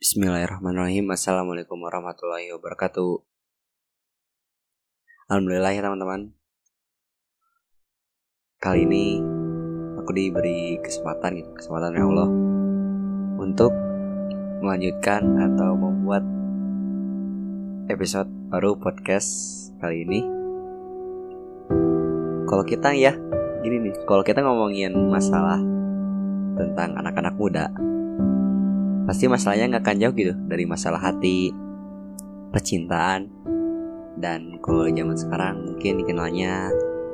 Bismillahirrahmanirrahim. Assalamualaikum warahmatullahi wabarakatuh. Alhamdulillah ya teman-teman. Kali ini aku diberi kesempatan ya Allah untuk melanjutkan atau membuat episode baru podcast kali ini. Kalau kita ngomongin masalah tentang anak-anak muda, pasti masalahnya gak akan jauh gitu dari masalah hati, percintaan. Dan kalau zaman sekarang mungkin dikenalnya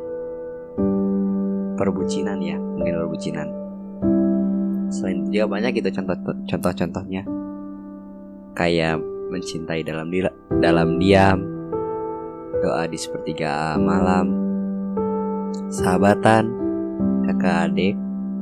perbucinan ya, mungkin perbucinan. Selain itu juga banyak gitu contoh-contohnya, kayak mencintai dalam diam, doa di sepertiga malam, sahabatan, kakak adik,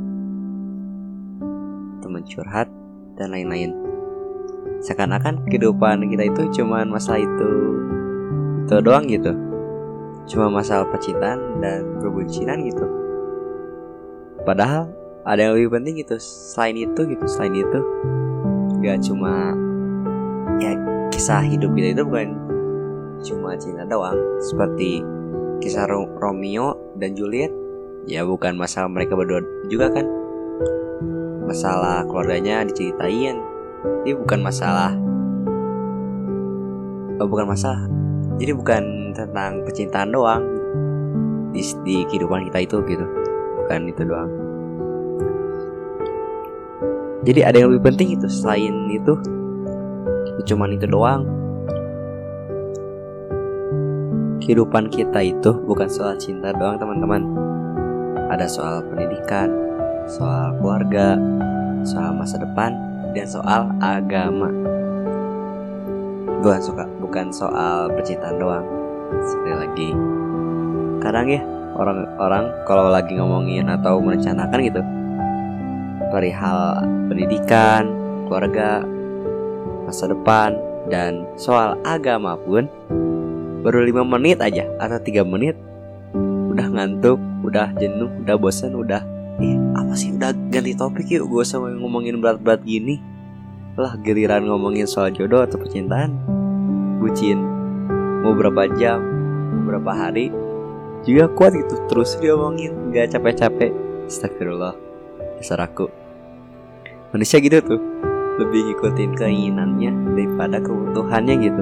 teman curhat, dan lain-lain. Seakan-akan kehidupan kita itu cuma masalah itu doang gitu, cuma masalah percintaan dan perbucinan gitu. Padahal ada yang lebih penting gitu. Selain itu gak cuma ya, kisah hidup kita itu bukan cuma cinta doang. Seperti kisah Romeo dan Juliet, ya bukan masalah mereka berdua juga kan, masalah keluarganya diceritain. Ini bukan masalah. Jadi bukan tentang percintaan doang di kehidupan kita itu gitu. Bukan itu doang. Jadi ada yang lebih penting itu. Selain itu cuman itu doang. Kehidupan kita itu bukan soal cinta doang teman-teman. Ada soal pendidikan, soal keluarga, soal masa depan, dan soal agama. Bukan soal percintaan doang. Sekali lagi, kadang ya orang kalau lagi ngomongin atau merencanakan gitu perihal pendidikan, keluarga, masa depan, dan soal agama pun baru 5 menit aja atau 3 menit udah ngantuk, udah jenuh, udah bosan, udah apa sih, udah ganti topik yuk, gak usah ngomongin berat-berat gini lah. Giliran ngomongin soal jodoh atau percintaan, bucin, mau berapa jam, mau berapa hari juga kuat gitu, terus diomongin gak capek-capek. Astagfirullah, dasar aku manusia gitu tuh, lebih ngikutin keinginannya daripada kebutuhannya gitu.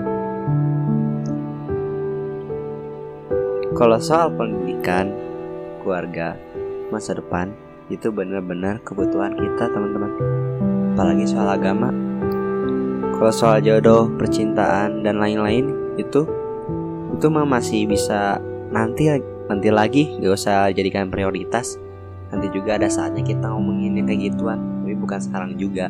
Kalau soal pendidikan, keluarga, masa depan, itu benar-benar kebutuhan kita teman-teman. Apalagi soal agama. Kalau soal jodoh, percintaan, dan lain-lain itu mah masih bisa nanti lagi, gak usah jadikan prioritas. Nanti juga ada saatnya kita ngomongin yang kayak gituan, tapi bukan sekarang juga.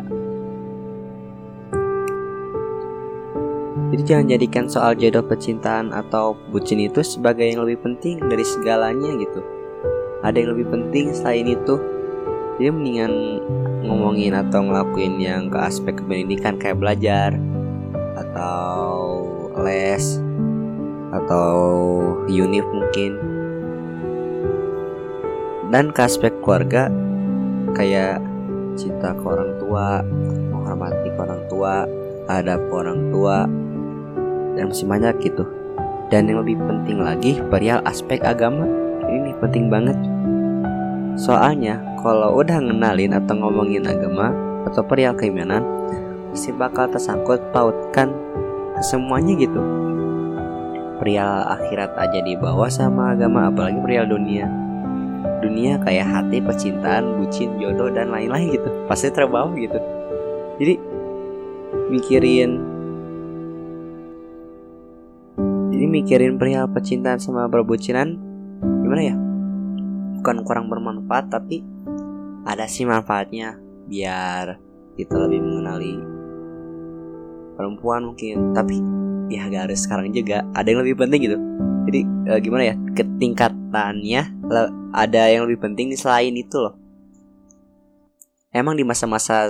Jadi jangan jadikan soal jodoh, percintaan, atau bucin itu sebagai yang lebih penting dari segalanya gitu. Ada yang lebih penting selain itu. Jadi mendingan ngomongin atau ngelakuin yang ke aspek pendidikan, kayak belajar, atau les, atau univ mungkin. Dan ke aspek keluarga, kayak cinta ke orang tua, menghormati ke orang tua, adab ke orang tua, dan masih banyak gitu. Dan yang lebih penting lagi, perihal aspek agama. Ini penting banget. Soalnya kalau udah ngenalin atau ngomongin agama atau perihal keimanan, pasti bakal tersangkut pautkan ke semuanya gitu. Perihal akhirat aja dibawa sama agama, apalagi perihal dunia kayak hati, percintaan, bucin, jodoh, dan lain-lain gitu, pasti terbawa gitu. Jadi mikirin perihal percintaan sama perbucinan gimana ya, bukan kurang bermanfaat, tapi ada sih manfaatnya biar kita lebih mengenali perempuan mungkin. Tapi ya gak harus sekarang juga, ada yang lebih penting gitu. Jadi gimana ya, ketingkatannya ada yang lebih penting selain itu loh. Emang di masa-masa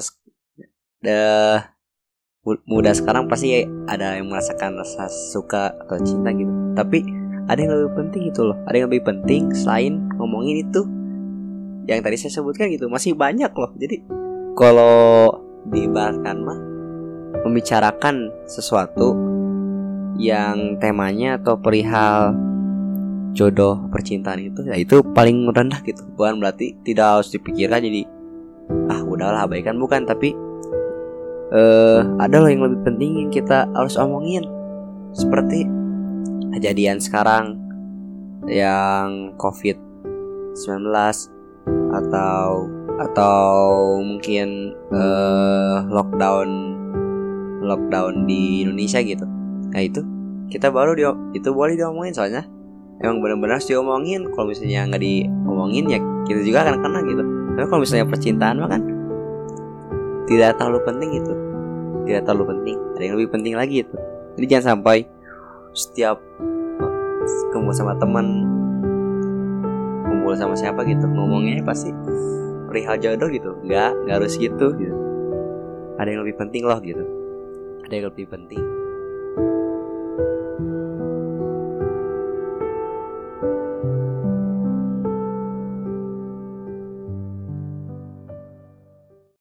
muda sekarang pasti ada yang merasakan rasa suka atau cinta gitu, tapi ada yang lebih penting gitu loh. Ada yang lebih penting selain ngomongin itu yang tadi saya sebutkan gitu, masih banyak loh. Jadi kalau diibaratkan mah membicarakan sesuatu yang temanya atau perihal jodoh percintaan itu, ya itu paling rendah gitu. Bukan berarti tidak harus dipikirkan jadi udahlah abaikan, bukan, tapi ada loh yang lebih penting yang kita harus omongin. Seperti kejadian sekarang yang COVID-19 atau mungkin lockdown di Indonesia gitu. Nah itu kita itu boleh diomongin, soalnya emang benar-benar harus diomongin. Kalau misalnya nggak diomongin ya kita juga akan kena gitu. Tapi kalau misalnya percintaan mah kan tidak terlalu penting gitu, tidak terlalu penting. Ada yang lebih penting lagi itu. Jadi jangan sampai setiap kumpul sama teman, kumpul sama siapa gitu, ngomongnya pasti perihal jodoh gitu. Nggak harus gitu. Ada yang lebih penting loh gitu. Ada yang lebih penting.